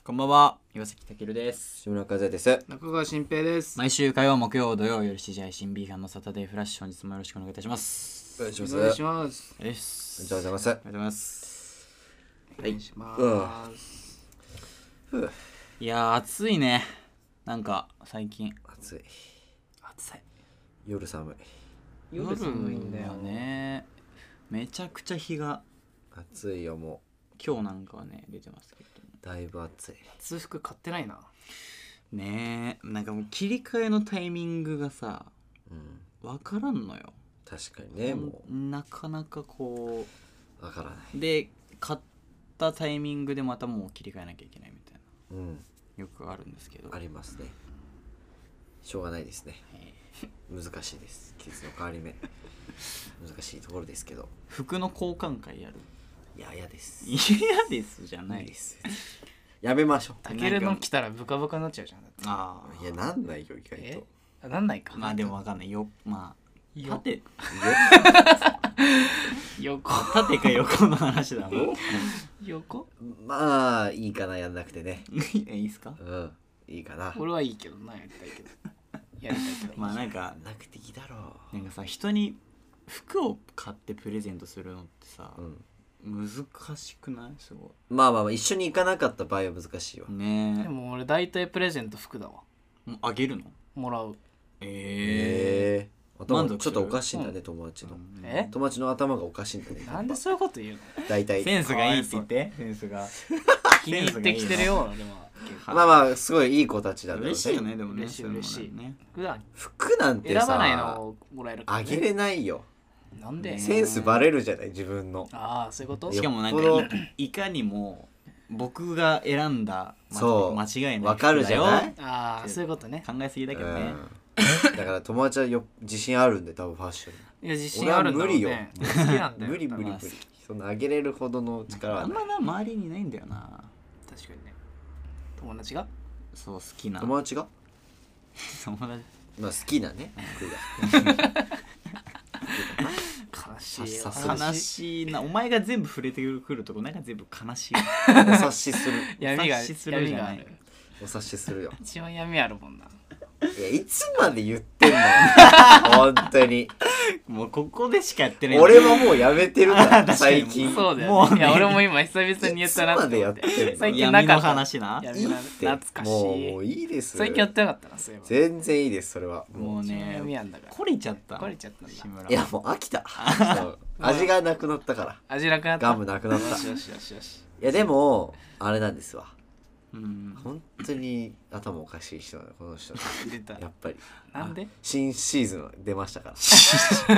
こんばんは、岩崎健です。 志村和也です。 中川新平です。 毎週火曜、木曜、土曜夜7時配信ビーガンのサタデーフラッシュ、本日もよろしくお願いいたします。 お願いします。 お願いします。 です。 お願いします。 ありがとうございます。 お願いします。 いやー、暑いね。なんか最近暑い。 暑い。 夜寒い。 夜寒いんだよね。めちゃくちゃ日が暑いよも今日なんかはね出てますけど。 だいぶ暑い。 夏服買ってないな。 ねえ、なんかもう切り替えのタイミングがさ、わからんのよ。 確かにね、もなかなかこうわからない。 で買ったタイミングでまたもう切り替えなきゃいけないみたいな、よくあるんですけど。 ありますね。しょうがないですね。難しいです。季節の変わり目。難しいところですけど。 服の交換会やる？ いや嫌です。 嫌ですじゃないです。 やめましょう。 タケルの来たらブカブカになっちゃうじゃん。 あいやなんないよ意外と。 なんないか。 まあでもわかんないよ。まあ縦横縦か横の話だもん。 横？ まあいいかなやんなくてね。 いいっすか？ いいかな。 俺はいいけどな、やりたいけど。やりたいけど。 まあなんかなくていいだろう。 なんかさ、人に服を買ってプレゼントするのってさ、難しくない？すごい。 まあ一緒に行かなかった場合は難しいわねでも俺大体プレゼント服だわ。 え。あげるの？ もらう。 頭満足するちょっとおかしいんだね、友達の友達の頭がおかしいんだね。 なんでそういうこと言うの？ 大体センスがいいって言って。センスが気に入ってきてるよ、俺は。 まあすごいいい子たちだった嬉しいよね。でもね、 嬉しい嬉しいね。 服なんてさ選ばないのをもらえるからあげれないよ。 なんで？ センスバレるじゃない自分の。 ああ、そういうこと？ しかもなんかいかにも僕が選んだそう間違いないわかるじゃない。 ああ、そういうことね。 考えすぎだけどね。 だから友達は自信あるんで多分ファッションに。 いや自信あるんだろうね。好きなんだよ。 無理そんなあげれるほどの力はあんまな周りにいないんだよな。 確かにね。友達が？ そう好きな友達が友達まあ好きなね服が悲しいよ。 悲しいな。お前が全部触れてくるとこなんか全部悲しい。 お察しする闇がある。 お察しするよ。 一番闇あるもんな。 いやいつまで言ってんの本当に。 もうここでしかやってない。 俺はもうやめてるから最近。 そうだよね。いや俺も今久々に言ったなって思って。 最近なかった話な。 懐かしい。 もういいです。 最近やってなかったな。そういえば全然いいですそれは。 もうね闇あんだから。 これちゃったんだ。 いやもう飽きた。味がなくなったから。 味なくなった。 ガムなくなった。 よしよしよしよし。 いやでもあれなんですわ。 本当に頭おかしい人だこの人。 出た。 やっぱり。 なんで？ 新シーズン出ましたから。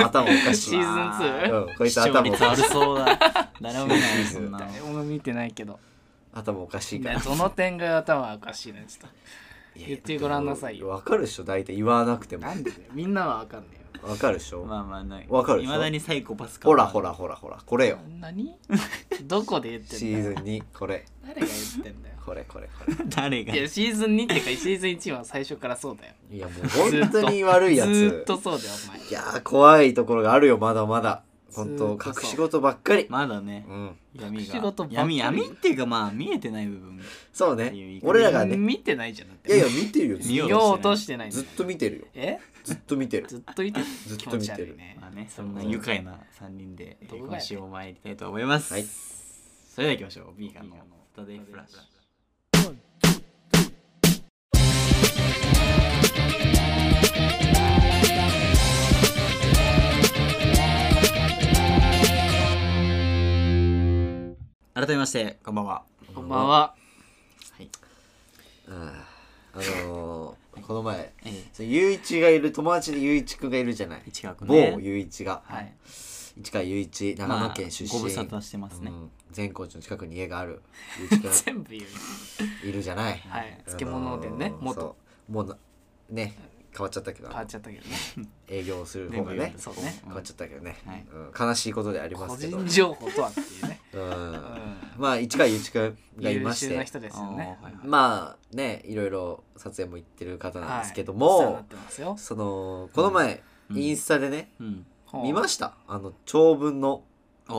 頭おかしい。 シーズン 2？ こいつ頭おかしい。 悪そうだ。誰も見ないそんな。 誰も見てないけど。 頭おかしいから。 どの点が頭おかしいのちょっと言ってごらんなさいよ。 わかるでしょ大体言わなくても。 なんでだよ。みんなはわかんねえよ。 わかるでしょ。 まあまあない。 わかるでしょ。 未だにサイコパスか。 ほらこれよ。 何？どこで言ってんだよ。 シーズン2これ。 誰が言ってんだよ。 これ誰が？ いやシーズン2ってかシーズン1は最初からそうだよ。 いやもう本当に悪いやつ。 ずっとそうだよお前。 いや怖いところがあるよまだまだ。本当隠し事ばっかり。 まだね。 隠し事ばっかり。 闇っていうかまあ見えてない部分。 そうね。俺らがね。 見てないじゃんだって。いや見てるよ。 見ようとしてない。 ずっと見てるよ。ずっと見てる。 ずっと見てる。 ずっと見てる。 まあねそんな愉快な3人で今週も参りたいと思います。はい。それでは行きましょう。ビーガンのサタデーフラッシュ。改めましてこんばんは。 こんばんは。 はい。 この前ゆういちがいる友達にゆういちくんがいるじゃない。某ゆういちが。市川ゆういち長野県出身。 ご無沙汰してますね。 善光寺の近くに家があるゆういちくん全部言う。 いるじゃない。 漬物店ね。元もうね変わっちゃったけど。営業する方がね変わっちゃったけどね。悲しいことでありますけど。 個人情報とはっていうね。 まあ市川ゆういちくんがいまして、まあねいろいろ撮影も行ってる方なんですけども、そのこの前インスタでね見ました長文の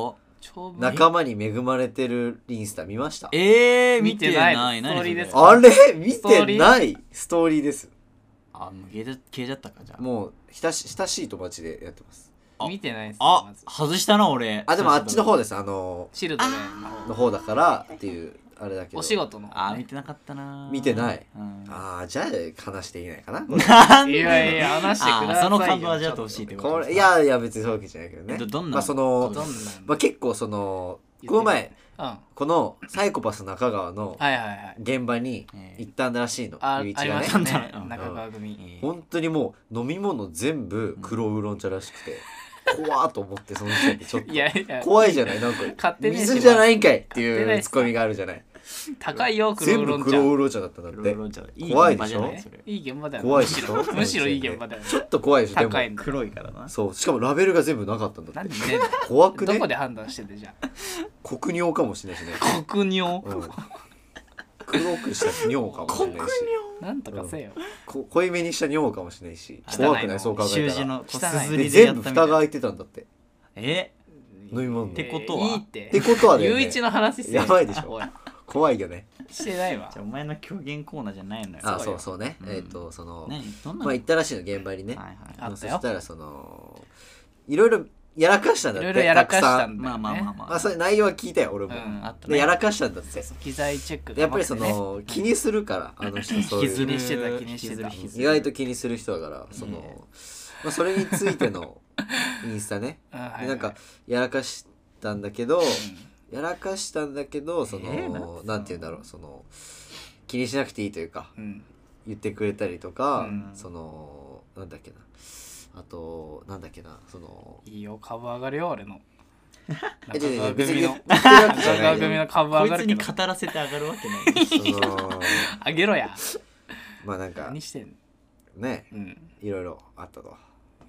仲間に恵まれてるインスタ見ました？ 見てない。 ストーリーですあれ見てないストーリーです。 消えちゃったか。じゃあもう親しい友達でやってます。 見てないです。 外したな俺。 でもあっちの方です。 シルドレンの方だからっていうあれだけど。 お仕事の。 見てなかったな。 見てない。じゃあ話していないかな。 いや話してください。 その感動はじゃあほしいってこと。 いや別にそういうわけじゃないけどね。 どんな結構この前このサイコパス中川の現場に行ったんだらしいの。 ありましたね。中川組。 本当にもう飲み物全部黒ウーロン茶らしくて怖っと思って、その時点でちょっと怖いじゃない。なんか水じゃないんかいっていうツッコミがあるじゃない。 高いよ黒ウーロン茶。全部黒ウーロン茶だったんだって。怖いでしょ。 いい現場だよ。 怖いでしょ。 むしろいい現場だよ。 ちょっと怖いでしょ。 高いの黒いからな。 そう、しかもラベルが全部なかったんだって。 何怖くね。 どこで判断しててじゃあ。 黒尿かもしれないしね。 黒尿。 黒くした尿かもしれないし。 なんとかせよ。 濃いめにした尿かもしれないし。怖くない？そう考えたら。 で全部蓋が開いてたんだって。飲み物ってことは？ ってことはね。 ゆういちの話せよ。 やばいでしょ。怖いよね。 してないわ。 じゃあお前の狂言コーナーじゃないのよ。そうね。行ったらしいの現場にね。そしたらいろいろやらかしたんだって。 いろいろやらかしたんだよね。 まあそれ内容は聞いたよ俺も。でやらかしたんだって。 機材チェック。 やっぱり気にするからあの人そういう。 気にしてた。 意外と気にする人だからそれについてのインスタね。なんかやらかしたんだけど。なんて言うんだろう、気にしなくていいというか、言ってくれたりとか、なんだっけな、あとなんだっけな、 いいよ株上がるよ俺の。 別に中川組の株上がるけど。 こいつに語らせて上がるわけない。 あげろや。 まあなんか何してんね、いろいろあったと。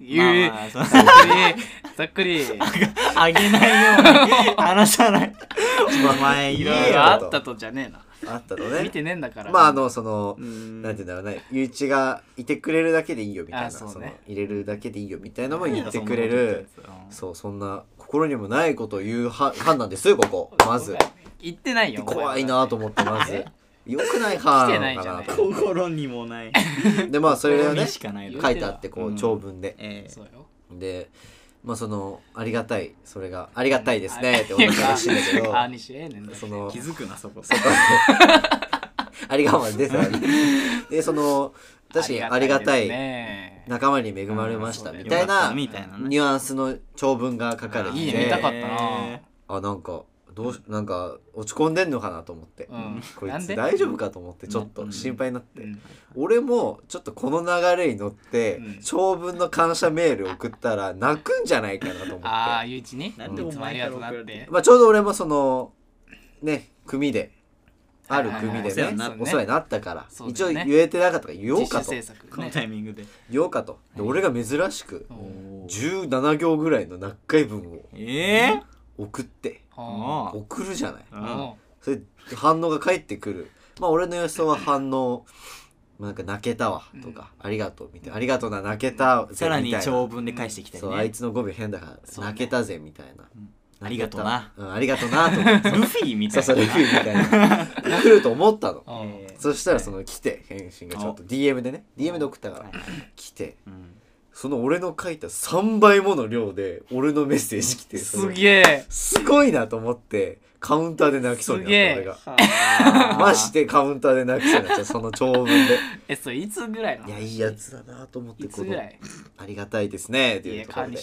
ざっくりあげないように話さない。 お前いろいろあったとじゃねえな。あったとね。 見てねえんだから。 まあなんて言うんだろうね、ゆういちがいてくれるだけでいいよみたいな、入れるだけでいいよみたいなのも言ってくれる。そんな心にもないことを言う班なんですよここ。まず言ってないよ。 怖いなと思ってまず。よくない班かな。 心にもない。 でまあそれがね書いてあって長文で。でまあありがたい、それがありがたいですねって思ったらしいんだけど、 気づくなそこ。 ありがまでさで確かにありがたい仲間に恵まれましたみたいなニュアンスの長文が書かれていいね、見たかったな。 なんかなんか落ち込んでんのかなと思って、こいつ大丈夫かと思ってちょっと心配になって、俺もちょっとこの流れに乗って長文の感謝メール送ったら泣くんじゃないかなと思って、 ゆういちにいつもありがとうなって、 ちょうど俺も組である組でねお世話になったから、一応言えてなかったから言おうかと、 このタイミングで言おうかと。俺が珍しく17行ぐらいの長い文を送って送るじゃない。それ反応が返ってくる。まあ俺の予想は反応なんか泣けたわとか、ありがとうみたいな、ありがとうな泣けたさらに長文で返してきたりね。 そうあいつの語尾変だから泣けたぜみたいな、 ありがとうな、 ありがとうなと思ってルフィみたいな、 そうルフィみたいな来ると思ったの。そしたら来て返信がちょっと DM でね、DM で送ったから来て、俺の書いた3倍もの量で俺のメッセージ来て、 すげえすごいなと思ってカウンターで泣きそうになった俺が。マジでカウンターで泣きそうになっちゃう、その長文で。 それいつぐらいの？ いやいいやつだなと思って、 いつぐらい？ ありがたいですねっていうところで。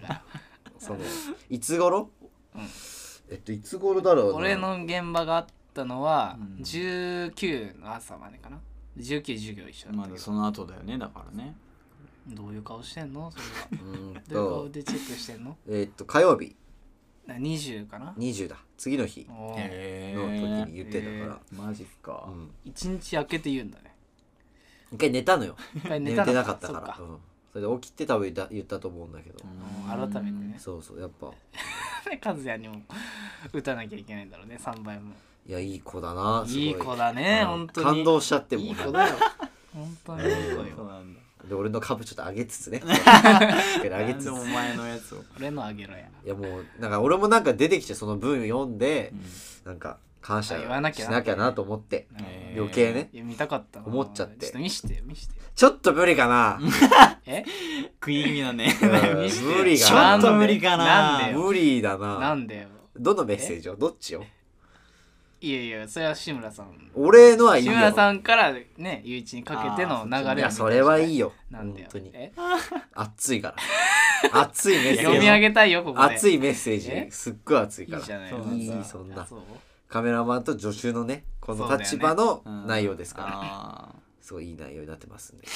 いつ頃？いつ頃だろうな。 俺の現場があったのは19の朝までかな。19授業一緒だったけど。 まだその後だよね、だからね。 どういう顔してんのそれは。どういう顔でチェックしてんの？ 火曜日 20かな。 20だ、次の日の時に言ってたから。 マジか。 1日空けて言うんだね。 一回寝たのよ。 寝てなかったから。それで起きて多分言ったと思うんだけど、 改めてね。 そうやっぱ和也にも打たなきゃいけないんだろうね、3倍も。 いやいい子だな、 いい子だね、本当に感動しちゃってもいい子だよ本当にいい子よ。 で俺の株ちょっと上げつつね上げつつお前のやつを俺のあげろや。 いやもうなんか俺もなんか出てきてその文読んで、なんか感謝し言わなきゃなきゃなと思って余計ねいや見たかったな。 思っちゃってちょっと見してよ見してよ。 ちょっと無理かなえ食い気味だねうん見してよ無理ちょがっと無理かななんでよ無理だななんでよ。 どのメッセージをどっちよいやいやそれは志村さん。 俺のはいいよ志村さんからねゆういちにかけての流れを見たいやそれはいいよなんでよ。 本当にえ熱いから熱いメッセージ読み上げたいよここで。 熱いメッセーえジすっごい熱いからいいじゃないそういいそんなそうカメラマンと助手のねこの立場の内容ですから、 あすごいいい内容になってますんで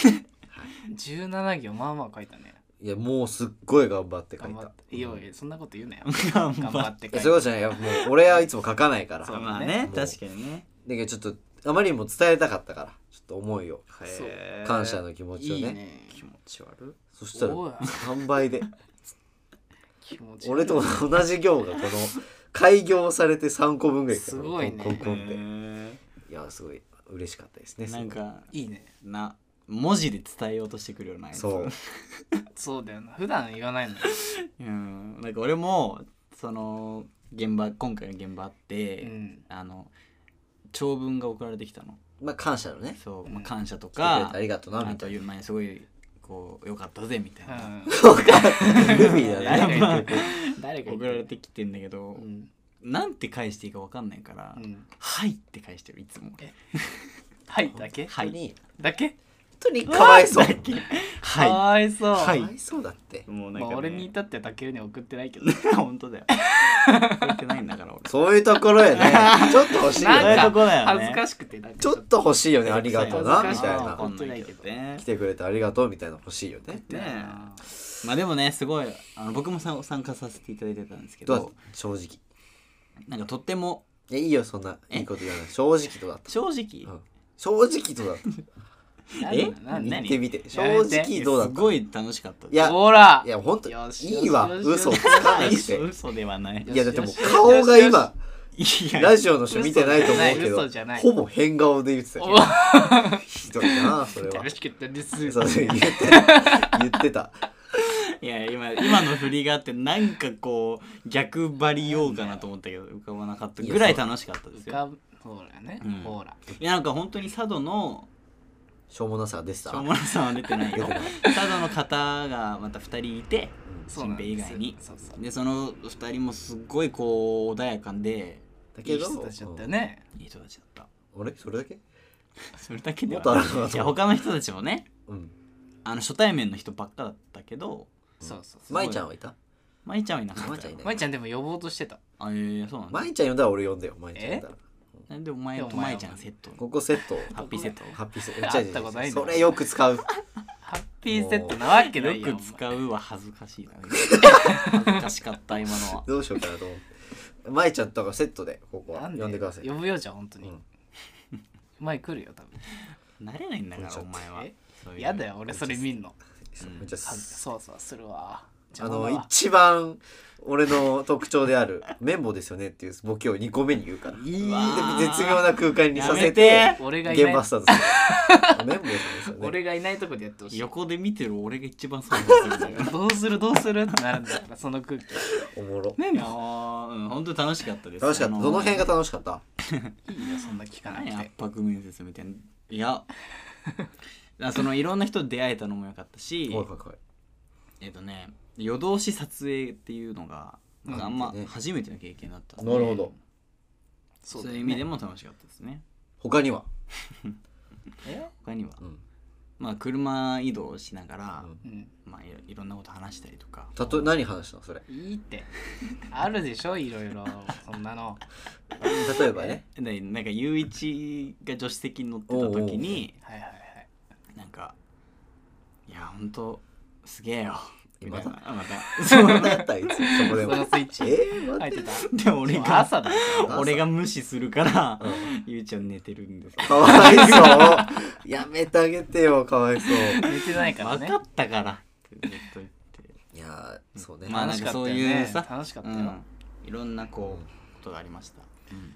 17行まあまあ書いたね。 いやもうすっごい頑張って書い頑張ったて。いやいやそんなこと言うなよ。 頑頑張って書いた。 そういうことじゃないよもう俺はいつも書かないからそうだまあねね確かにねけどちょっとあまりにも伝えたかったからちょっと思いをそうへー感謝の気持ちをねいいね。 気持ち悪そしたらおい 3倍で気持ちいい俺と同じ行がこの開業されて3個分ぐらい来たすごいねコンコンコンってへいやすごい嬉しかったですねーなんかいいね。 文字で伝えようとしてくるようなやつそうそうだよな。普段言わないの。 なんか俺もその今回の現場あって、 うん長文が送られてきたのまあ感謝のねそう、まあ、感謝と来てくれかてありがとうなみあとたいなまあすごいこうよかったぜみたいな、 ルビーだねまあ誰が送られてきてんだけど、 うんなんて返していいか分かんないから、 うんはいって返してるいつもはいだけはい本当にだけ本当にかわいそうかわいそうはかわいそうだってもうなんか、ねまあ俺に至ってはたけるには送ってないけど本当だよ送ってないんだから俺そういうところやねちょっと欲しいよなんねそういうとこだよねか恥ずかしくてなんかちょっと欲しいよねありがとうなみたいな恥ずかしい分かんないけどね来てくれてありがとうみたいな欲しいよねねまあでもねすごい僕も参加させていただいてたんですけどどうだった正直なんかとってもいやいいよそんないいこと言わない正直どうだった正直、 うん正直どうだったえ何言ってみて正やめて直どうだったすごい楽しかったですいやほらいやほんといよしいわよしよし嘘つかないして嘘ではないいやだってもうよしよし顔が今いやラジオの人見てないと思うけど嘘じゃないほぼ変顔で言ってたおよひどいなそれは楽しかったですそう言ってたいや今の振りがあってなんかこう逆張りようかなと思ったけど浮かばなかったぐらい楽しかったですよほらねうんほらいやなんか本当に佐渡のしょうもなさが出てたしょうもなさんは出てないよ出てない佐渡の方がまた2人いて新そうなんです兵以外にそうそうでその2人もすっごいこう穏やかでだけどいい人たちだったよねいい人たちだった俺それだけそれだけではもっとあるのかといや他の人たちもねうん初対面の人ばっかだったけどそうそう舞ちゃんはいた舞ちゃんはいなかったよ舞ちゃんいないまいちゃんでも呼ぼうとしてたそうなんだ舞ちゃん呼んだら俺呼んだよ舞ちゃん呼んだらなんでお前と舞ちゃんセットここセットハッピーセットハッピーセット会ったことないんだそれよく使うハッピーセットなわけないよよく使うは恥ずかしいな恥ずかしかった今のはどうしようかなと思って舞ちゃんとかセットでここはなん呼んでください呼ぶよじゃん本当にうん前来るよ多分慣れないんだからお前はえそういうやだよ俺それ見んのめっちゃそうそうするわ一番俺の特徴である綿棒ですよねっていうボケを2個目に言うからいいわーで絶妙な空間にさせやめてて俺がいない現場スタートする綿棒ですよね俺がいないとこでやってほしい横で見てる俺が一番そうなんだよどうするってなるんだからその空気おもろいやー本当に楽しかったです楽しかったどの辺が楽しかったいいよそんな聞かなく何圧て迫面接みたいないやそのいろんな人と出会えたのもよかったしはいはいはい夜通し撮影っていうのがあんまね初めての経験だったんでなるほどそういう意味でも楽しかったですね他には他にはうんまあ車移動しながらうんまあいろんなこと話したりとか何話したのそれいいってあるでしょいろいろそんなの例えばねでなんか雄一が助手席に乗ってた時にはいはいはいなんかいやほんとすげえよみたいなまたそうだったあいつそこでそものスイッチ待って入ってたで俺が朝だよ俺が無視するからうんゆうちゃん寝てるんですかわいそうやめてあげてよかわいそう寝てないからね分かったからってずっと言っていやーそうねまあなんかそういうさ楽しかったようんいろんなこうことがありました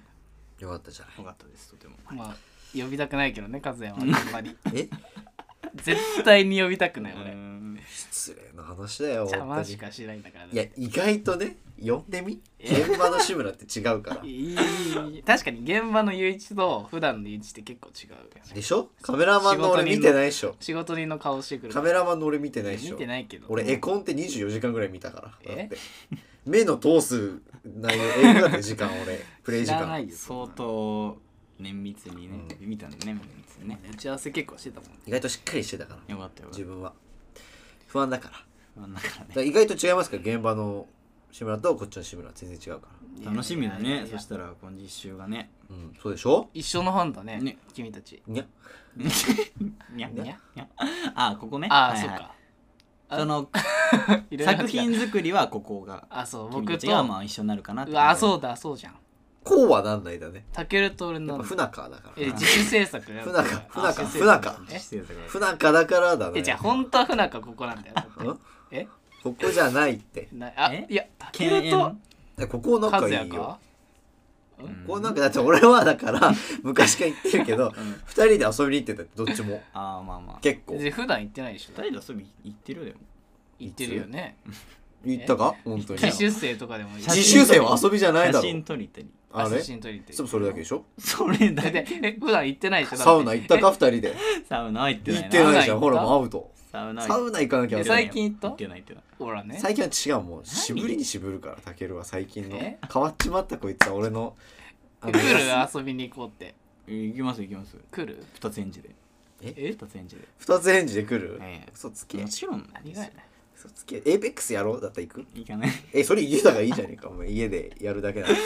よかったじゃないよかったですとてもまあ呼びたくないけどね和也はあんまりえ絶対に呼びたくない俺。 失礼な話だよ。 邪魔しかしないんだからね。 いや意外とね呼んでみ。現場の志村って違うから。 確かに現場の雄一と普段の雄一って結構違うでしょ。カメラマンの俺見てないでしょ。 仕事人の顔してくる。 カメラマンの俺見てないでしょ。 見てないけど。 俺絵コンって24時間ぐらい見たから。だって目の通す内容映画だって時間俺プレイ時間相当綿密にね、見たんだね。 打ち合わせ結構してたもん。 意外としっかりしてたから。 よかったよ。 自分は不安だから。 だからね。意外と違いますか現場の志村とこっちの志村全然違うから。 楽しみだね。そしたらこの実習がね。 そうでしょ。 一緒の班だね。君たち。 にゃ。 にゃにゃ。あ、ここね。 あ、そうか。 その作品作りはここが。 あ、そう。 僕とはまあ一緒になるかなって。 あ、そうだ、そうじゃん。 こうはなんないだね。 たけると俺の。 不仲だから。 自主制作。 不仲だからだね。 じゃあ本当は不仲ここなんだよ。 ここじゃないって。 あ、いや、たけると。 ここ仲いいよ。ここなんかだって俺はだから昔から言ってるけど2人で遊びに行ってたってどっちも。 ああまあまあ。 結構。普段行ってないでしょ。 2人で遊び行ってるよでも。 行ってるよね。 行ったか本当に。 自習生とかでも。 自習生は遊びじゃないだろ。 写真撮りたり。 写真撮りたり。 それだけでしょ。 それだけ。 普段行ってないでしょ。 サウナ行ったか2人で。 サウナは行ってない。 行ってないじゃん。ほらもうアウト。 サウナ行かなきゃ。 最近行った？ 行ってない。 ほらね。 最近は違うもう渋りに渋るからたけるは最近の変わっちまったこいつは俺の。 来る遊びに行こうって。 行きます。 来る ？2つ返事で。 2つ返事で来る？嘘つけ。 もちろん。 何がやねん。 嘘つけ。エイペックスやろうだったら行く？ 行かない。 それ家だからいいじゃねえか。お前家でやるだけだから。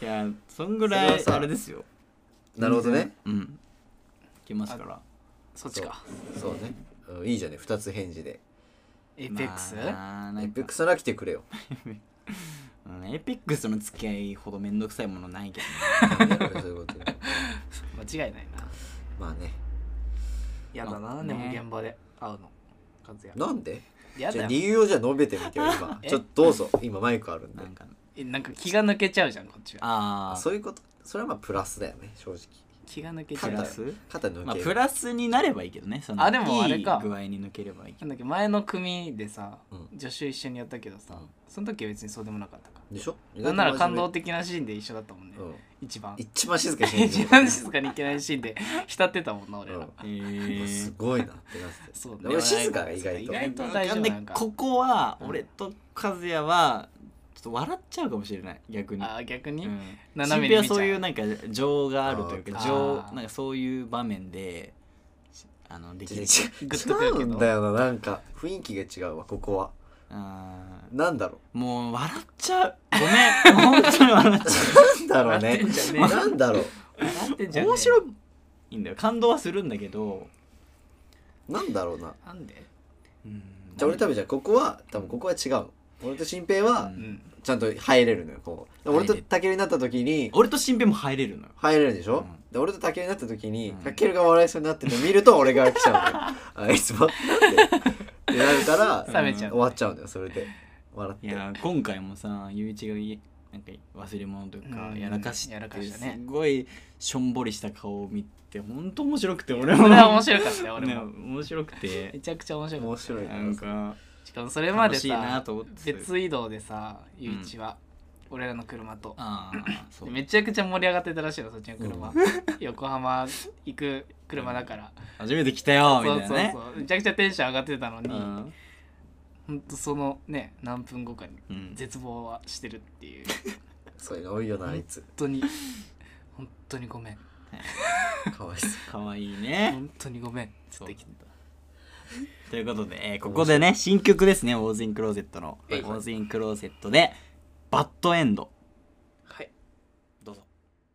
いやそんぐらいあれですよ。 なるほどね。 行きますから。 そっちか。 そうね。いいじゃね。2つ返事で。 エイペックス？ エイペックスなら来てくれよ。 エイペックスの付き合いほどめんどくさいものないけどね。そういうこと。 間違いないな。 まあね。 やだな、でも現場で会うの。 なんで？ じゃあ理由をじゃあ述べてみてよ今。ちょっとどうぞ。今マイクあるんで。 なんか気が抜けちゃうじゃんこっちは。 ああ。そういうこと。それはまあプラスだよね正直。 気が抜けちゃう。 肩抜ける。 プラスになればいいけどね。 あでもあれか。 いい具合に抜ければいい。 なんだっけ前の組でさ助手一緒にやったけどさ、その時は別にそうでもなかったか。 でしょ。 なんなら感動的なシーンで一緒だったもんね。一番静かに一番静かにいけないシーンで浸ってたもんな俺ら。 すごいなってなって。 そうね。 俺静かが意外と大丈夫なんか。 ここは俺と和也はちょっと笑っちゃうかもしれない逆に。 逆に。 斜めに見ちゃう。そういうなんか情があるというかなんかそういう場面でできる。 グッとくるけど。違うんだよななんか雰囲気が違うわここは。なんだろうもう笑っちゃうごめん本当に笑っちゃうなんだろうねなんだろう面白いんだよ感動はするんだけどなんだろうななんでじゃあ俺多分ここは違う俺と新平はちゃんと入れるのよこう俺とタケルになった時に俺と新平も入れるのよ入れるでしょで俺とタケルになった時にタケルが笑いそうになってるの見ると俺が来ちゃうのよあいつもってなるから終わっちゃうんだよそれで笑って。 いや今回もさゆういちがなんか忘れ物とかやらかしてすごいしょんぼりした顔を見てほんと面白くて俺もそれは面白かったよ俺も面白くてめちゃくちゃ面白かったなんかしかもそれまでさ別移動でさゆういちは俺らの車とめちゃくちゃ盛り上がってたらしいのそっちの車横浜行く車だから初めて来たよみたいなねめちゃくちゃテンション上がってたのにほんとそのね何分後かに絶望はしてるっていうそういうの多いよなあいつ本当にごめんかわいそうかわいいね本当にごめんということでここでね新曲ですねウォーズインクローゼットのウォーズインクローゼットでバッドエンドはいどうぞ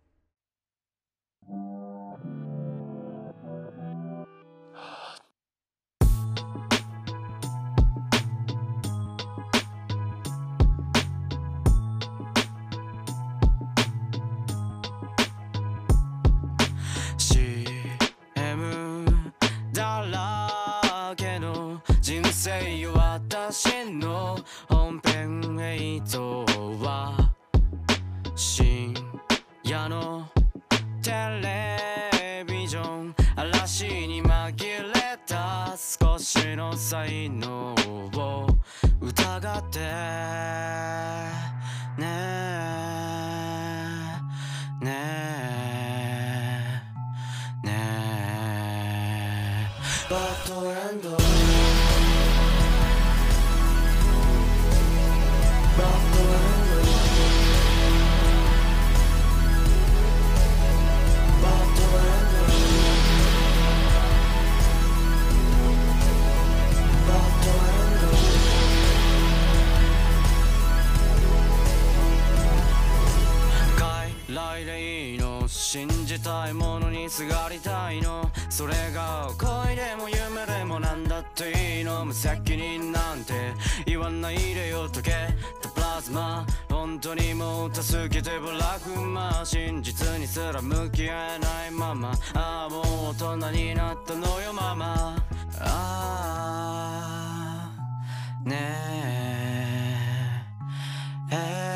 私の本編映像は深夜のテレビジョン嵐に紛れたス才能を疑ってねえねえねえバッドエンドバッドエンド来でいいの信じたいものにすがりたいのそれが恋でも夢でもなんだっていいの無責任なんて言わないでよ溶けたプラズマ本当にもう助けてブラックマ真実にすら向き合えないままああもう大人になったのよママああねえ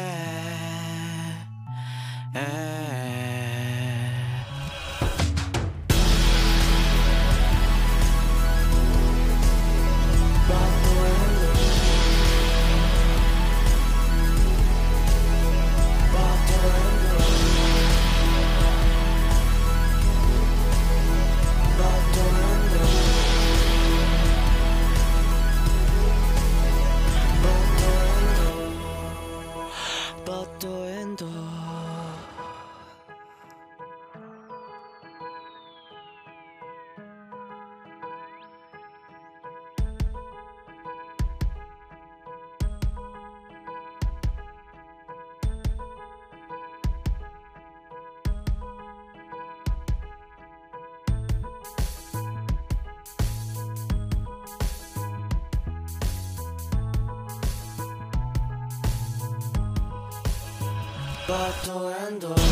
バッドエンドバッドエンド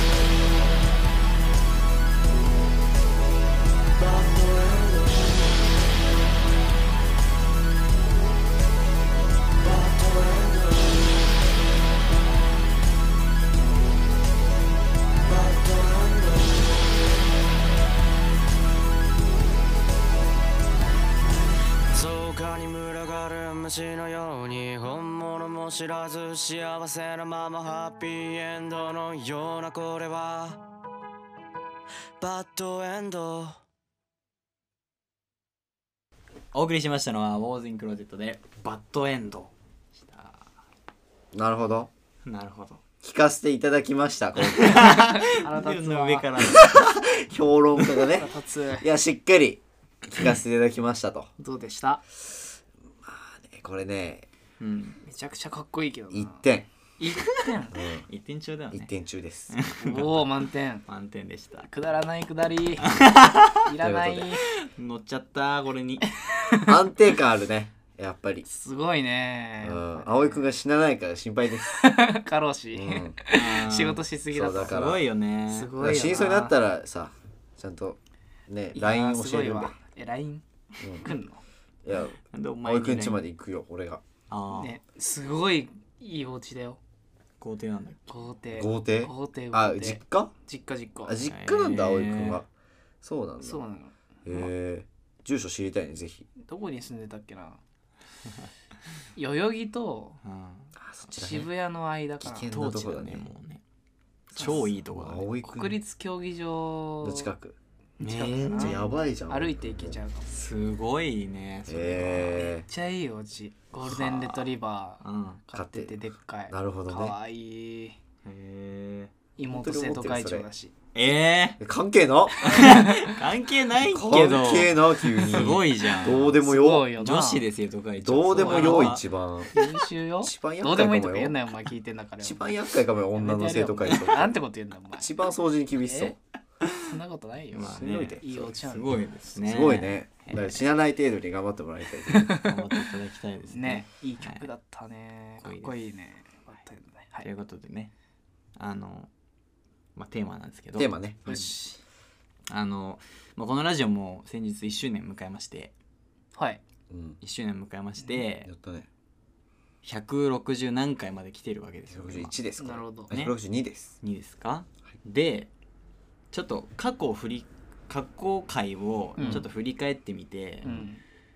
に群がる虫のように本物も知らず幸せなままハッピーエンドのようなこれはバッドエンドお送りしましたのはウォーズインクローゼットでバッドエンドでした。 なるほどなるほど聞かせていただきました今回の上から評論家がねいやしっかり聞かせていただきましたとどうでした？ まあねこれね、 うん、めちゃくちゃかっこいいけどな 1点 1点、 うん、1点中だよね。 1点中ですおお満点満点でした。 くだらないくだりいらない乗っちゃったこれに安定感あるねやっぱりすごいね、 うん、葵くんが死なないから心配です過労死、 うん、 仕事しすぎだとだからすごいよね。 すごいよな。 真相になったらさちゃんとね LINE 教えるんで LINE 来んの？ いや葵くん家まで行くよ俺がねすごいいいお家だよ。 豪邸なんだっけ？ 豪邸あ実家あ実家なんだ葵くんはそうなんだそうなの住所知りたいねぜひどこに住んでたっけな代々木と渋谷の間かな。 危険なとこだねもうね超いいとこだね。 国立競技場の近くめっちゃやばいじゃん歩いて行けちゃうかも。 すごいねそれめっちゃいいお家ゴールデンレトリバー飼っててでっかいなるほどねかわいい妹生徒会長だし関係な関係ないけど関係な急にすごいじゃん。 どうでもよ女子ですよとかどうでもよ一番優秀よ一番どうでもいいとか言うんだよお前聞いてんだから。 一番厄介かもよ女の生徒会長なんてこと言うんだお前。 一番掃除に厳しそうそんなことないよ。 まあねいいお家なんだ。 すごいですね。 すごいね。だから死なない程度に頑張ってもらいたい。 頑張っていただきたいですね。 いい曲だったね。かっこいいね。 ということでね、まあテーマなんですけど。 テーマね。 よし。 まあこのラジオも先日1周年迎えまして。 はい。 1周年迎えまして。 やったね。 160何回まで来てるわけですよ。 161ですか。 なるほど。 162です。 2ですか。で。ちょっと過去回をちょっと振り返ってみて、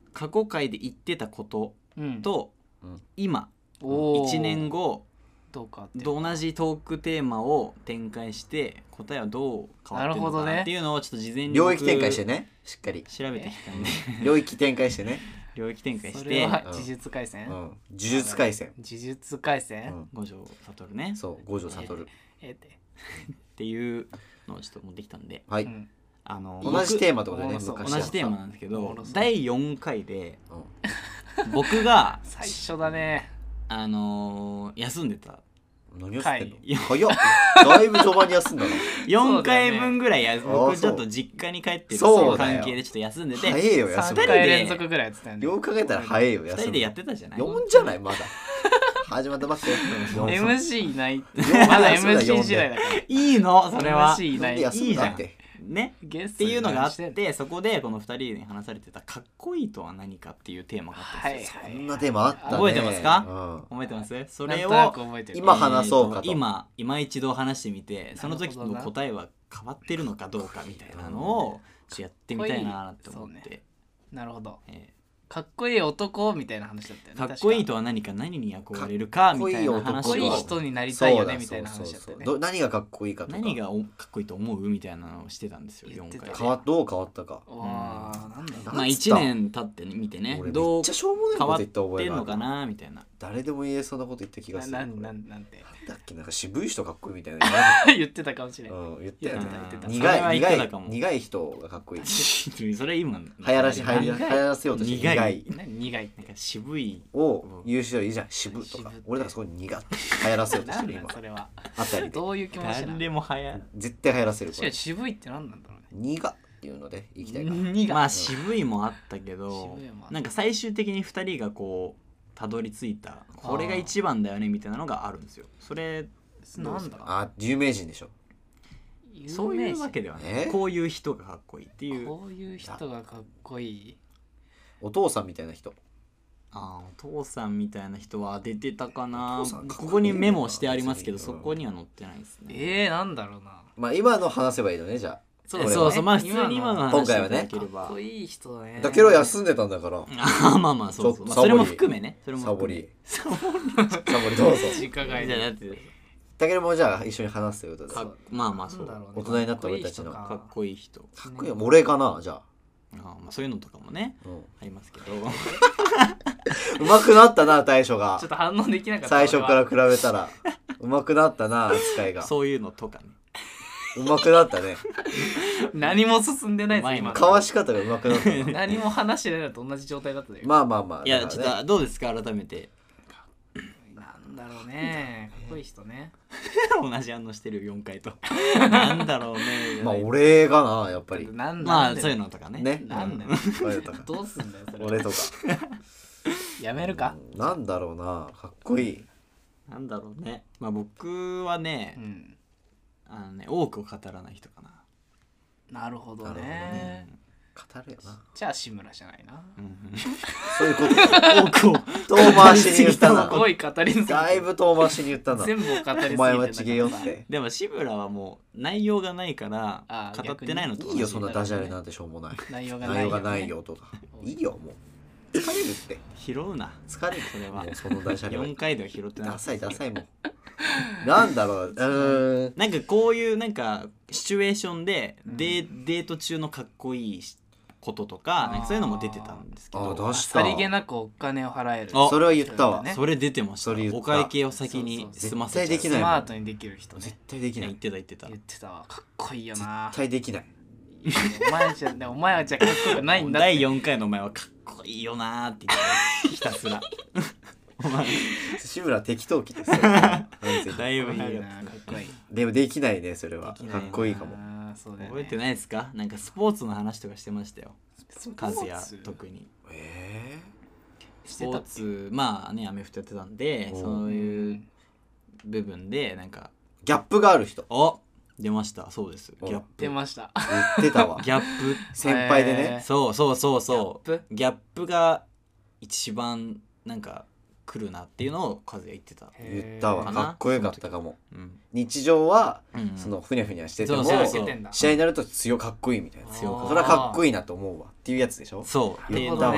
過去回で言ってたことと、今おー 1年後どうかってと同じトークテーマを展開して答えはどう変わってるのかなっていうのをちょっと事前に領域展開してね、しっかり調べてきたんで領域展開してね。 領域展開しそてれは呪術廻戦、 呪術廻戦。 呪術廻戦、 五条悟ねそう五条悟。 っていうのをちょっと持ってきたんで、 はい。 同じテーマってことでね。 同じテーマなんですけど、 そう第4回で僕が最初だね。 休んでた。 何をしてんの？早っ。だいぶ序盤に休んだな。 4回分ぐらい僕ちょっと実家に帰ってるそう関係でちょっと休んでて、 早えよ休んで。 3回連続ぐらいやってたんで。 よく考えたら早えよ 2人でやってたじゃない 4じゃないまだ。始まったばっかり。 MC いない。まだ MC 時代だから。 いいのそれは。 MC いない。 いいじゃん。ね、 ゲストっていうのがあって、そこでこの2人に話されてたかっこいいとは何かっていうテーマがあったんですよ。 そんなテーマあったね。 覚えてますか？覚えてます？それを今話そうかと。 今一度話してみて、その時の答えは変わってるのかどうかみたいなのをやってみたいなって思って。 なるほど。かっこいい男みたいな話だったよね。 かっこいいとは何か、何に憧れるかみたいな話を。 かっこいい人になりたいよねみたいな話だったよね。 何がかっこいいかとか。 何がかっこいいと思うみたいなのをしてたんですよ。4回で。 どう変わったか。 まあ 1年経ってみてね、どう変わってんのかなみたいな。 誰でも言えそうなこと言った気がする。 なんて。 だっけ、なんか渋い人かっこいいみたいな。 言ってたかもしれない。 言ってた。苦い人がかっこいい。 それ今流行らせようとして苦い。 なんか渋いを言う人いいじゃん、渋とか。俺だからそこに苦って流行らせようとしてる今。 それはあたりどういう気持ちなの？ 誰でも絶対流行らせる。 渋いって何なんだろうね。 苦っていうのでいきたいから。 まあ渋いもあったけど、なんか最終的に2人がこうたどり着いたこれが一番だよねみたいなのがあるんですよ。それなんだ？ 有名人でしょ。 そういうわけではない。こういう人がかっこいいっていう。 こういう人がかっこいい。 お父さんみたいな人。 お父さんみたいな人は出てたかな。ここにメモしてありますけど、そこには載ってないですね。 なんだろうな。 まあ今の話せばいいのね、じゃあ。 そうまあ普通に今の話今回はね。 かっこいい人だね。 だけど休んでたんだから。 まあそう。それも含めね。 サボリどうぞ。 実家帰り。 だけどもじゃあ一緒に話すということで。 まあそう。 大人になった俺たちのかっこいい人。 かっこいい。俺かな、じゃあ。 まあそういうのとかもねありますけど。 うまくなったな、対処が。 ちょっと反応できなかった。 最初から比べたらうまくなったな、扱いが。 そういうのとかね。 うまくなったね。 何も進んでないです今。 かわし方がうまくなった。 何も話してないのと同じ状態だったよ。 まあ。 いやちょっとどうですか改めて。 なんだろうね。かっこいい人ね。 同じ反応してる4回と。なんだろうね。 まあ俺がな、やっぱり。 まあそういうのとかね。 ね。 なんだよ。どうすんだよそれ。 俺とか。 やめるか。 なんだろうな、かっこいい。 なんだろうね。まあ僕はね、多くを語らない人かな。 なるほどね。 語るよな。 じゃあ志村じゃないな。 そういうこと。多くを遠回しに言ったな。 すごい語りすぎ。 だいぶ遠回しに言ったな。 全部を語りすぎて。 お前はちげえよって。 でも志村はもう内容がないから語ってないのといいよ、そんなダジャレなんてしょうもない。 内容がないよとか。いいよもう。疲れるって。 拾うな。 疲れるそれは。 そのダジャレ。 4回では拾ってない。 ダサいもん。なんだろう。 なんかこういうなんかシチュエーションでデート中のかっこいいこととか、なんかそういうのも出てたんですけど、 さりげなくお金を払える。 それは言ったわ。 それ出てました。お会計を先に済ませちゃう。 スマートにできる人。 絶対できない。 言ってたわ。かっこいいよな。 絶対できない。 お前はじゃかっこよくないんだ。 第4回のお前はかっこいいよなって言ってひたすら。 志村適当期ですよ。 だいぶいいな。かっこいい。 でもできないね、それは。かっこいいかも。 覚えてないですか？なんかスポーツの話とかしてましたよ。和也特に。スポーツまあねアメフトやってたんで、そういう部分でなんかギャップがある人。 出ました。そうです。ギャップ出ました。 言ってたわ。 ギャップ先輩でね。 そう。ギャップが一番なんか来るなっていうのを和也言ってた。 言ったわ。かっこよかったかも。日常はそのふにゃふにゃしてても試合になるとかっこいいみたいな。それはかっこいいなと思うわっていうやつでしょ。 そう。 言ったわ。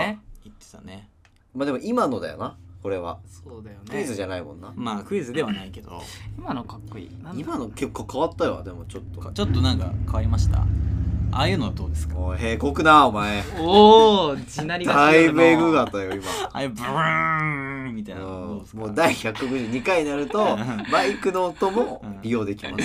言ってたね。 まあでも今のだよなこれは。 そうだよね。 クイズじゃないもんな。 まあクイズではないけど今のかっこいい。 今の結構変わったよ。でもちょっとなんか変わりました。ああいうのはどうですか。 おいへこくなお前。 おお地鳴りがだいぶエグかったよ今。 ああいうブーンみたいなのどうですか。 もう第152回になるとバイクの音も利用できます、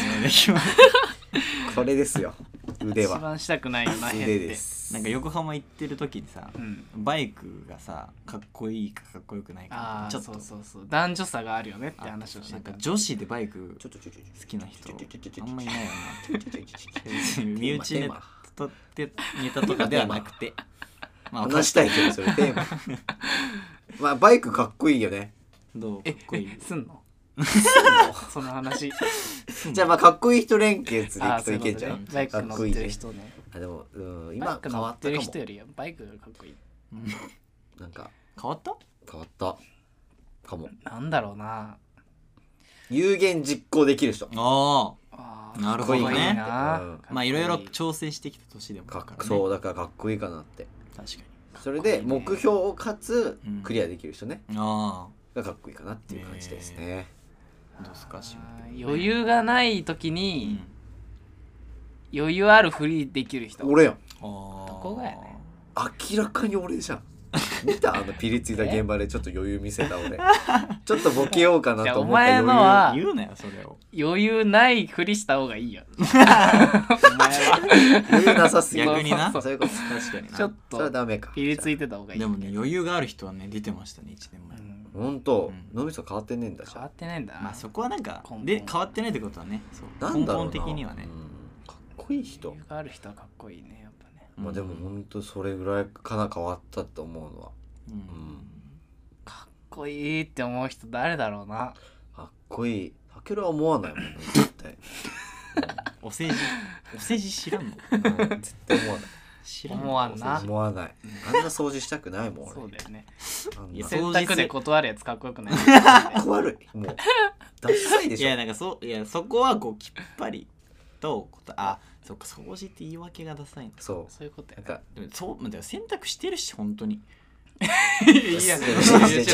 これですよ腕は。 一番したくないよな腕です。 なんか横浜行ってる時にさ、バイクがさかっこいいかかっこよくないかちょっとそう男女差があるよねって話をしてた。 なんか女子でバイク好きな人あんまいないよな。身内ネタとかではなくて話したいけどそれテーマまあバイクかっこいいよね。 どうかっこいいすんのその話じゃあまあかっこいい人連結でいくといけんじゃん。 バイク乗ってる人ね。 でも今変わったかも。 人よりバイクがかっこいい。 なんか変わったかも。 なんだろうな。 有言実行できる人。 ああなるほどね。 まあいろいろ挑戦してきた年でもそうだからかっこいいかなって。 確かに。 それで目標をかつクリアできる人ね。がかっこいいかなっていう感じですね。 どうですか。 余裕がない時に余裕あるふりできる人。 俺やん。 どこがやね。 明らかに俺じゃん。見たピリついた現場でちょっと余裕見せた俺。ちょっとボケようかなと思った余裕。お前のは言うなよそれを。 余裕ないふりした方がいいよ。お前は余裕なさすぎる。 逆にな。 そういうこと。 確かにな。 ちょっとそれはダメか。 ピリついてた方がいい。 でもね余裕がある人はね出てましたね1年前。 本当脳みそ変わってねえんだじゃん。 変わってないんだ。 まあそこはなんかで変わってないってことはね。根本的にはね。 かっこいい人。 余裕がある人はかっこいいねやっぱね。 まあでも本当それぐらいかな変わったって思うのは。 かっこいいって思う人誰だろうな。 かっこいい。たけるは思わないもんね絶対。 お世辞知らんの。 絶対思わない。 思わんな。 思わない。あんな掃除したくないもん俺。 そうだよね。 洗濯で断るやつかっこよくない。 かっこ悪い。もうダサいでしょ。 いやなんかそこはこうきっぱりとそっか掃除って言い訳がダサいんだ。 そういうことや。 なんかでもそう洗濯してるし本当に。 いや知らんねん。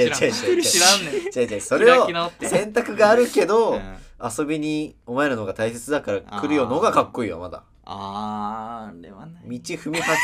それを洗濯があるけど遊びにお前らの方が大切だから来るよのがかっこいいよまだ。 あれはない。 道踏み外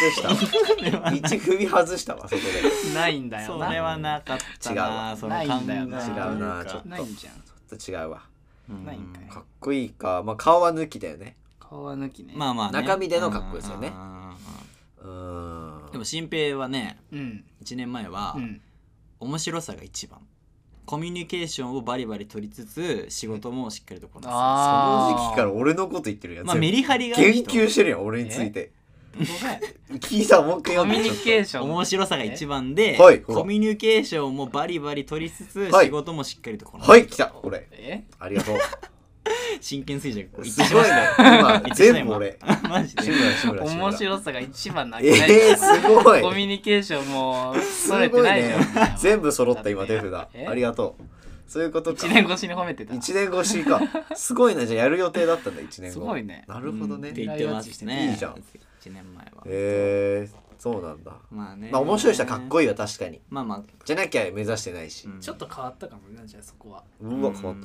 したわそこで。 ないんだよな。 それはなかったな。 ないんだよな。 違うなちょっと。 ないんじゃん。 ちょっと違うわ。 ないんかい。 かっこいいか。まあ顔は抜きだよね。 顔は抜きね。 まあ中身でのかっこいいですよね。 でも新平はね 1 年前は面白さが一番。コミュニケーションをバリバリ取りつつ仕事もしっかりとこなす。 その時期から俺のこと言ってるやつ。 まあメリハリがある人。 研究してるやん俺について。聞いたもう一回コミュニケーション面白さが一番でコミュニケーションもバリバリ取りつつ仕事もしっかりとこなす。 はい来たこれ。ありがとう。 真剣水着すごいね。今全部俺。 マジで。 面白さが一番なくない。すごい。 コミュニケーションもそれてないじゃん。 全部揃った今手札。ありがとう。そういうことか。 1年越しに褒めてた。 1年越しか。すごいな。じゃあやる予定だったんだ1年後。 すごいね。 なるほどね。 って言ってますね。 いいじゃん。 1年前は。 そうなんだ。 まあね。 まあ面白い人はかっこいいわ確かに。 まあまあ。 じゃなきゃ目指してないし。 ちょっと変わったかもなじゃあそこは。 うわ変わった。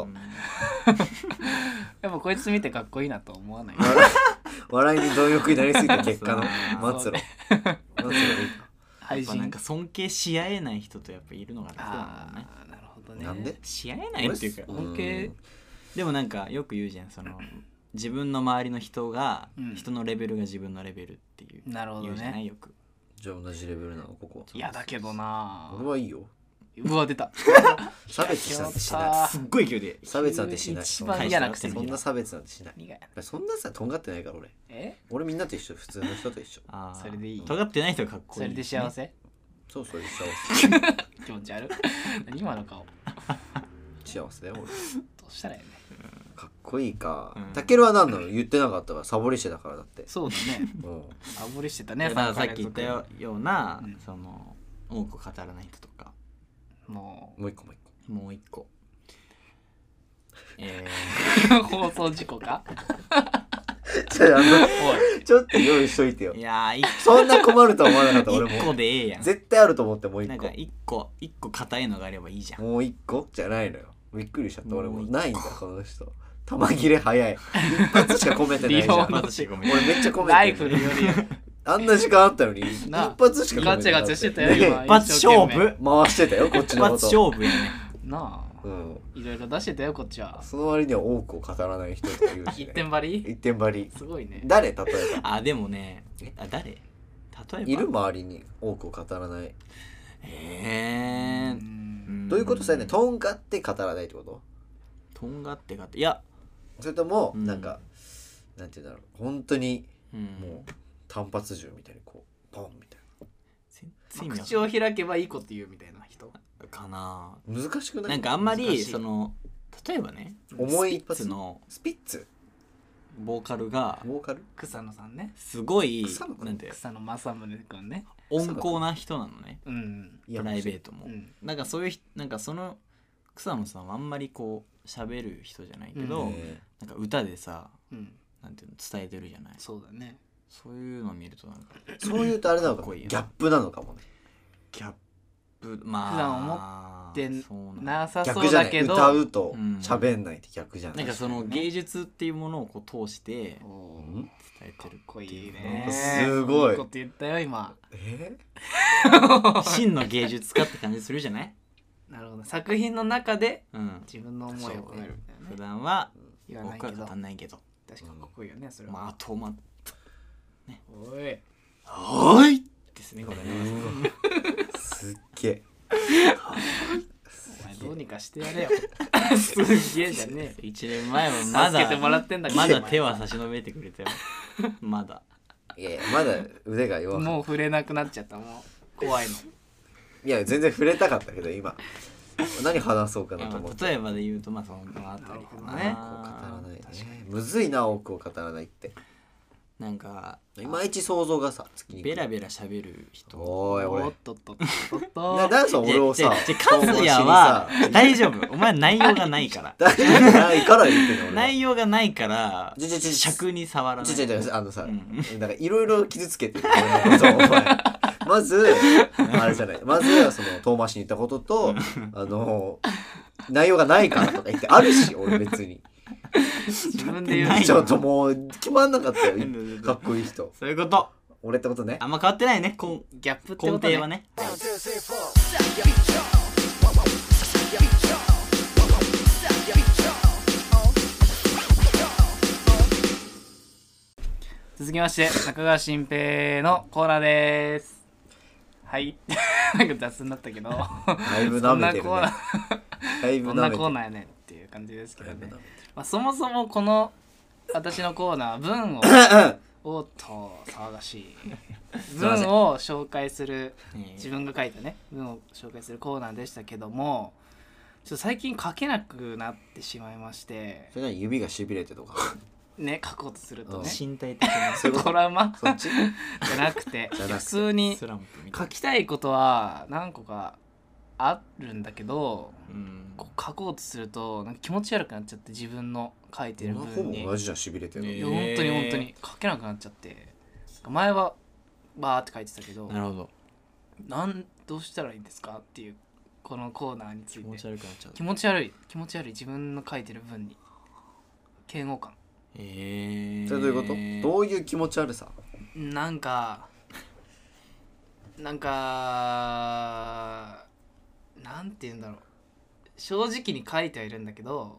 やっぱこいつ見てかっこいいなと思わない。 笑いに貪欲になりすぎた結果の末路。 配信なんか尊敬し合えない人とやっぱいるのが楽だもんね。 なるほどね。 なんで？ し合えないっていうか尊敬。 でもなんかよく言うじゃん自分の周りの人が人のレベルが自分のレベルっていう。 なるほどね。 言うじゃないよく。 じゃあ同じレベルなのここ。 いやだけどな。 俺はいいよ。 うわ出た。 差別なんてしない。 すっごい勢いで差別なんてしない。 一番嫌なくせに。 そんな差別なんてしない。そんなさとんがってないから俺。俺みんなと一緒普通の人と一緒。 それでいい。 とがってない人がかっこいい。 それで幸せ？ そうそれで幸せ。気持ち悪い。何今の顔。 幸せだよ俺。 どうしたらいいね。 かっこいいか。たけるは何なの言ってなかったからサボりしてたからだって。 そうだね。サボりしてたね。 さっき言ったような多く語らない人とか。 もう一個。 放送事故か。 ちょっと用意しといてよ。 いやそんな困るとは思わなかった俺も。 1個でええやん。 絶対あると思ってもう1個。 なんか1個硬いのがあればいいじゃん。 もう1個じゃないのよ。びっくりしちゃった俺も。ないんだこの人。玉切れ早い。一発しか込めてないじゃん。俺めっちゃ込めてる。 ライフルよりあんな時間あったのに一発しか込めてない。 ガチャガチャしてたよ今。 一発勝負回してたよこっちのこと。 一発勝負やね。 なあ。いろいろ出してたよこっちは。 その割には多くを語らない人って言うし、 一点張り？ 一点張り。 すごいね。 誰例えば？ あでもね、誰？例えばいる周りに多くを語らない。どういうことさね、とんがって語らないってこと？ とんがっていや、 それともなんかなんていうんだろう、本当にもう単発銃みたいにこうポンみたいな。口を開けばいいこと言うみたいな人かな。 難しくない？ なんかあんまりその例えばね、 重い一発のスピッツボーカルが草野さんね、 すごいなんて草野正宗君ね、 温厚な人なのね。プライベートもなんかそういうなんかその草野さんはあんまりこう喋る人じゃないけど、なんか歌でさ、なんていうの伝えてるじゃない。 そうだね。 そういうのを見るとなんかそういうとあれなのかも、ギャップなのかもね。 ギャップ、まあ普段思ってなさそうだけど、 歌うと喋んないって逆じゃない。 なんかその芸術っていうものをこう通して伝えてる。かっこいいね。 すごい。いいこと言ったよ今。 真の芸術家って感じするじゃない。 なるほど。作品の中で自分の思いを込めるみたいなね。 普段は言わないけど。 僕は語んないけど。 確かにかっこいいよねそれは。 まああとね。 おい。 おいですねこれね。 すっげえ。 お前どうにかしてやれよ。すげえじゃねえ。 1年前はまだ助けてもらってんだけどまだ手は差し伸べてくれたよ。まだ。 いやまだ腕が弱い。 もう触れなくなっちゃったもう怖いの。 いや全然触れたかったけど今何話そうかなと思って。 例えばで言うとまあそのあたりかな。 ね。語らないね。むずいな多くを語らないって。 なんかいまいち想像がさベラベラ喋る人。 おい俺おっとっとっと。 なんか俺をさカズヤは大丈夫。お前内容がないから。 大丈夫ないから言ってんの俺。 内容がないから尺に触らない。 あのさなんかいろいろ傷つけてる俺のことお前。まずあれじゃない。まずはその遠回しに言ったことと内容がないからとか言ってあるし俺別に。 自分で言うちょっともう決まんなかったよ。かっこいい人。 そういうこと。 俺ってことね。 あんま変わってないね。 ギャップってことね。 根底はね。 続きまして中川新平のコーナーです。はい。なんか雑になったけど。 だいぶ舐めてるね。 どんなコーナーやねんっていう感じですけどね。まあ、そもそもこの私のコーナー文をおっと騒がしい文を紹介する自分が書いたね文を紹介するコーナーでしたけども、ちょっと最近書けなくなってしまいまして。 それは指がしびれてとかね、書こうとするとね身体的なトラウマそっちじゃなくて普通に書きたいことは何個かあるんだけど、こう書こうとするとなんか気持ち悪くなっちゃって、自分の書いてる文にほぼ同じじゃん、しびれてるの。 いや本当に書けなくなっちゃって、前はバーって書いてたけど、 なるほど、 どうしたらいいんですかっていうこのコーナーについて気持ち悪くなっちゃう。 気持ち悪い自分の書いてる文に嫌悪感。 それどういうこと？どういう気持ち悪さ？ なんかなんて言うんだろう、正直に書いてはいるんだけど、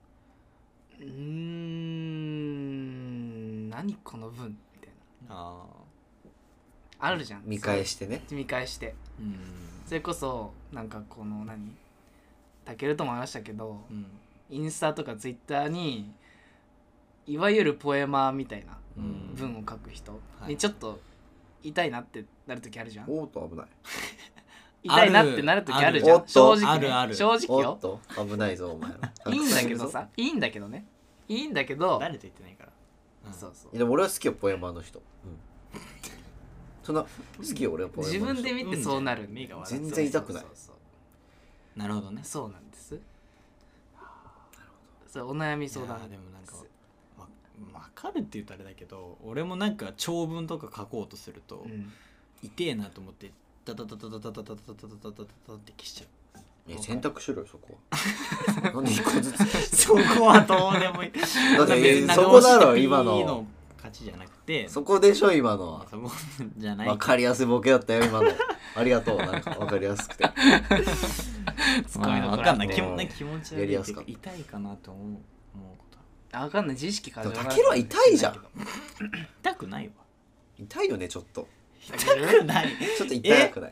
何この文みたいな、あるじゃん。 見返してね。 それこそなんかこのたけるとも話したけど、インスタとかツイッターにいわゆるポエマーみたいな文を書く人にちょっと痛いなってなる時あるじゃん。 おっと危ない。 痛いなってなる時あるじゃん。正直ね。正直よ。 おっと危ないぞお前ら。 いいんだけどさ、いいんだけど誰と言ってないから。 そうそう。 でも俺は好きよポエマーの人。そんな好きよ俺はポエマーの人。 自分で見てそうなる。 全然痛くない。 なるほどね。 そうなんです。そうお悩み相談。 でもなんかかるって言ったらあれだけど、俺もなんか長文とか書こうとすると、痛えなと思ってダダダダダダダダダダダダダって消しちゃう。 選択しろよそこは。なんで一個ずつそこはどうでもいい。 だってそこだろ今の勝ちじゃなくて、 そこでしょ今のは。 そこじゃない。 分かりやすいボケだったよ今の。ありがとう。なんか分かりやすくて。 分かんない。気持ち悪いって痛いかなと思うこと。 分かんない。自意識過剰。 たけるは痛いじゃん。 痛くないわ。 痛いよねちょっと。 痛くない。 ちょっと痛くない。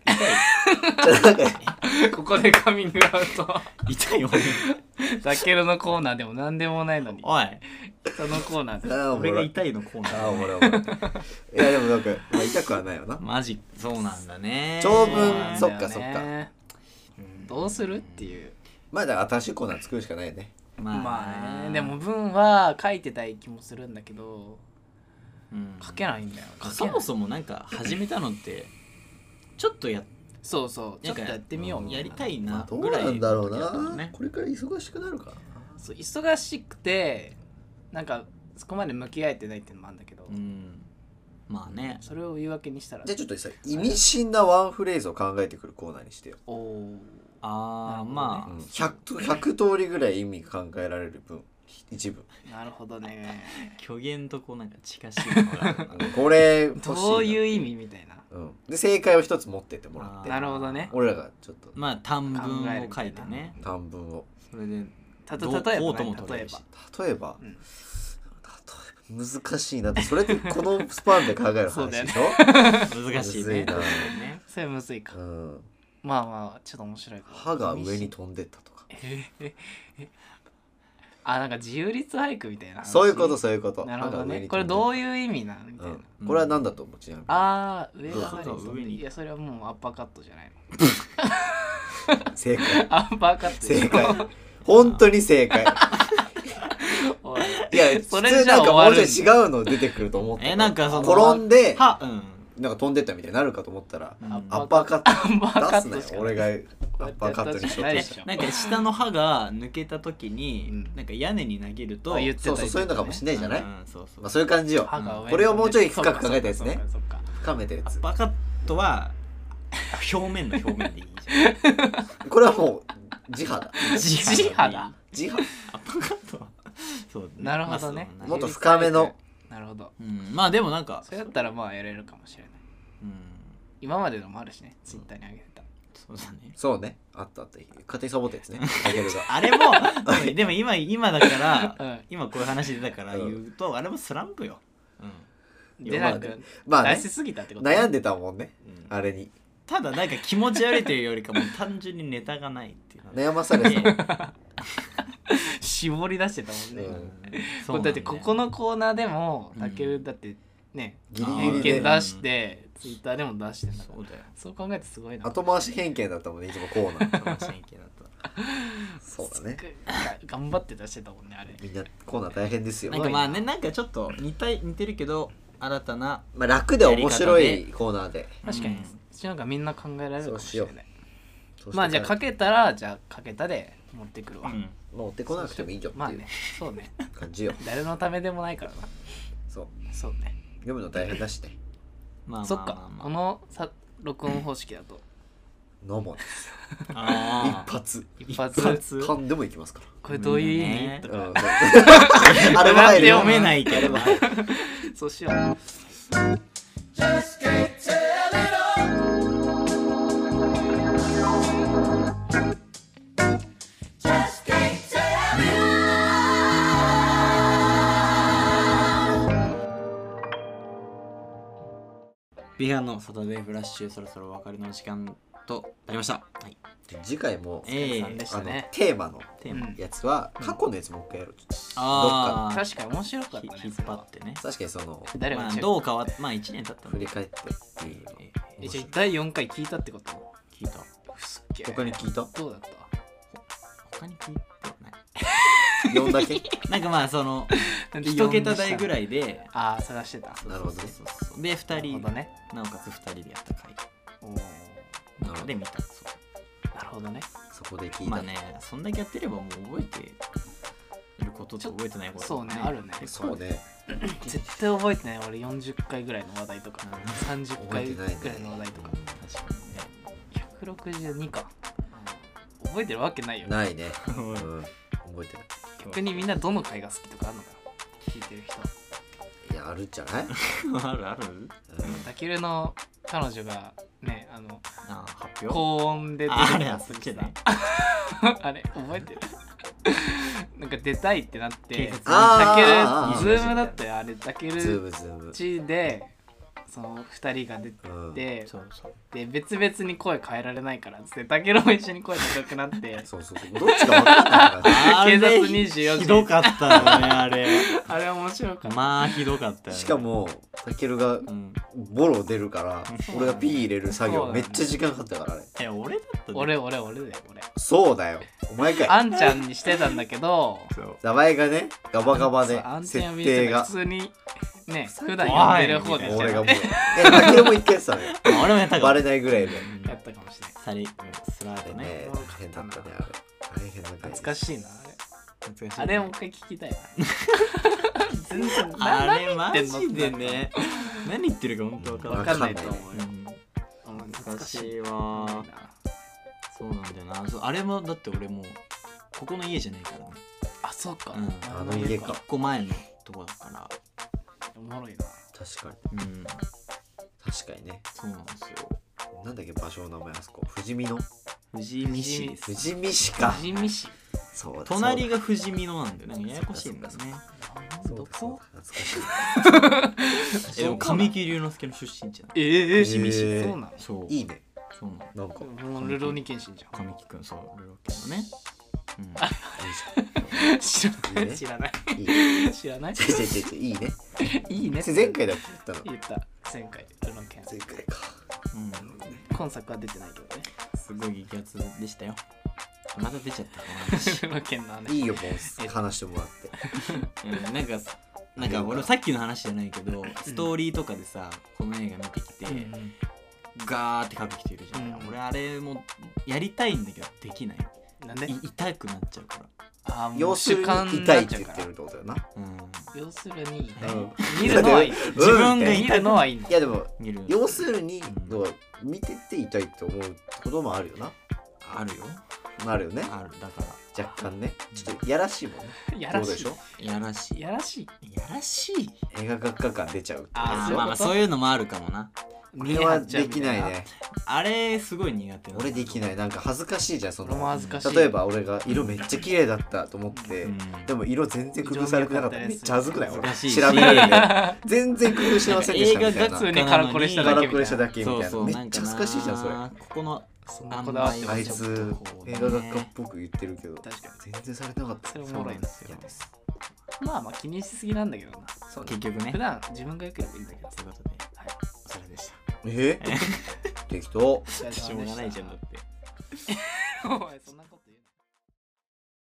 ここでカミングアウト。 痛いよ。 たけるのコーナーでも何でもないのに。 おい。 そのコーナーで。 俺が痛いのコーナー。 あ、ほら。いやでもなんか痛くはないよな。 マジそうなんだね。 長文そっかそっか。 どうするっていう。 まあだから新しいコーナー作るしかないよね。 まあね。でも文は書いてたい気もするんだけど。書けないんだよ。 そもそもなんか始めたのってちょっとそうちょっとやってみようやりたいなぐらいなんだろうな。これから忙しくなるかな。 そう忙しくてなんかそこまで向き合えてないっていうのもあるんだけど、 まあね、 それを言い訳にしたらじゃあちょっとさ意味深なワンフレーズを考えてくるコーナーにしてよ。 まあ 100通りぐらい意味考えられる分一部。 なるほどね。 虚言とこうなんか近しいのがこれどういう意味みたいな。 で正解を一つ持ってってもらって。 なるほどね。 俺らがちょっとまあ短文を書いてね。 短文を。 それで例えば難しいなって。それってこのスパンで考える話でしょ。 難しいね。 それむずいか。まあちょっと面白い。 歯が上に飛んでったとか。 なんか自由律俳句みたいな。 そういうことなるほどね。これどういう意味なんみたいな。 これは何だと思う？ちなみに。 上が上に。いやそれはもうアッパーカットじゃないの。 正解。 アッパーカット。 正解。本当に正解。いやそれじゃなんかもうちょい違うの出てくると思って。 なんかその転んでなんか飛んでったみたいになるかと思ったら、アッパーカット出すね。俺がアッパーカットにしようとした。 なんか下の歯が抜けた時になんか屋根に投げると、 そういうのかもしれないじゃない。そういう感じよ。これをもうちょい深く考えたやつね。深めたやつ。 アッパーカットは表面でいいじゃん。 これはもう自波だ。 自波だ。 自波。 アッパーカットはそうなるほどね。 もっと深めの。 なるほど。 まあでもなんかそれだったらまあやれるかもしれない。今までのもあるしね、ツイッターに上げてた。 そうだね。 そうね。あった。勝手にサボったやつね。あげるが。 あれもでも今だから今こういう話出たから言うとあれもスランプよ。 でなんか出しすぎたってこと。 悩んでたもんね。あれに。 ただなんか気持ち悪いというよりかも単純にネタがないっていう。 悩まされた。 絞り出してたもんね。だってここのコーナーでもたけるだってね偏見出してツイッターでも出してんだから。そう考えてすごいな。 後回し偏見だったもんねいつもコーナー。 後回し偏見だった。 そうだね。 頑張って出してたもんねあれ。 みんなコーナー大変ですよ。 なんかまあねなんかちょっと似てるけど新たな楽で面白いコーナーで。 確かに。なんかみんな考えられるかもしれない。まあじゃあかけたらかけたで持ってくるわ。 持ってこなくてもいいじゃん。 まあねそうね。 感じよ。 誰のためでもないからな。そうね。 読むの大変だしね。 そっかこの録音方式だと生ですよ。一発噛んでもいきますから。 これどういう意味とかあれも入る読めないけどそうしよう。 ビハのサタデーフラッシュそろそろお別れの時間となりました。 次回もテーマのやつは過去のやつもう一回やる。 確かに面白かったね。 引っ張ってね。 確かにそのどう変わって1年経った振り返ってじゃあ第4回聞いたってこと？ 聞いた。 他に聞いた？ どうだった？ 他に聞いたない。 4だけ？ なんかまあその1桁台ぐらいで探してた。 なるほどね。 で2人なおかつ2人でやった回なので見た。 なるほどね。 そこで聞いた。 まあねそんだけやってればもう覚えてることと覚えてないことそうねあるね。 そうね。 絶対覚えてない。俺40回ぐらいの話題とか30回ぐらいの話題とか。確かにね。162か。覚えてるわけないよ。 ないね。覚えてない。 逆にみんなどの回が好きとかあるのかな、聞いてる人。 いや、あるんじゃない？ ある。 たけるの彼女がね、 発表高音で出るやつけね。 あれ覚えてる？なんか出たいってなってたけるズームだったよ。あれたけるちでその2人が出て、で別々に声変えられないからってたけるも一緒に声高くなってどっちか分かんないから警察24時ひどかったよねあれあれ面白かった。 まあひどかったよね。 しかもたけるがボロ出るから俺がピー入れる作業めっちゃ時間かかったからあれ。 俺だった俺だよ。 そうだよ、お前かい。 あんちゃんにしてたんだけど名前がねガバガバで設定が普通にね、普段やってる方で俺がもうたけるも一回やってたのよ。 俺もやったバレないぐらいでやったかもしれない。 スラーでね。 大変だったねあれ。大変だった。 懐かしいなあれもう一回聞きたいな。全然あれマジでね、何言ってるか本当分かんないと思うよ。 懐かしいわ。そうなんだよな。あれもだって俺もうここの家じゃないからね。 あ、そうか。 あの家か。 1個前のとこだから。 おもろいな。 確かに。確かにね。 そうなんですよ。 なんだっけ場所の名前あそこ。富士見の。 富士見市です。 富士見市か。 富士見市。 そうだ。 隣が富士見野なんだよね。ややこしいんだよね。 どこ？ 懐かしい。 でも神木隆之介の出身地なの。 富士見市。 そうなの。 そう。 いいね。 そうなの。 なんかルローニケンシンじゃん。 神木くん、そうルローケンのね。 知らない。知らない。 いいね。 いいね。 前回だって言った前回ルロケン。 前回か。 今作は出てないけどね。 すごい激アツでしたよ。また出ちゃったルロケンの話。 いいよもう話してもらって。 なんか俺さっきの話じゃないけどストーリーとかでさこの映画見てきてガーって書く人いるじゃん。俺あれもやりたいんだけどできない。 なんで？ 痛くなっちゃうから。 要するに痛いって言ってるってことだよな。 要するに痛い。見るのはいい。 自分が見るのはいい。 いやでも要するに見てて痛いって思うこともあるよな。 あるよ。 あるよね。 ある。だから若干ねちょっとやらしいもんね。 やらしい。 でしょ？ やらしい。 やらしい。 やらしい。 映画学科感出ちゃう。 まあそういうのもあるかもな。 俺はできないね。 あれすごい苦手。 俺できない。なんか恥ずかしいじゃんその。 恥ずかしい。 例えば俺が色めっちゃ綺麗だったと思ってでも色全然工夫されてなかったらめっちゃ恥ずくない？俺調べられて全然工夫してませんでしたみたいな。 映画が普通にカラコレしただけみたいな。 めっちゃ恥ずかしいじゃんそれ。 ここのあいつ映画学科っぽく言ってるけど全然されてなかった。 それおもろいんですよ。 嫌です。 まあ気にしすぎなんだけどな。 結局ね。 普段自分がよければいいんだけど。 ということで、はい、それでした。 適当。 しょうがないじゃんだって。 お前そんなこと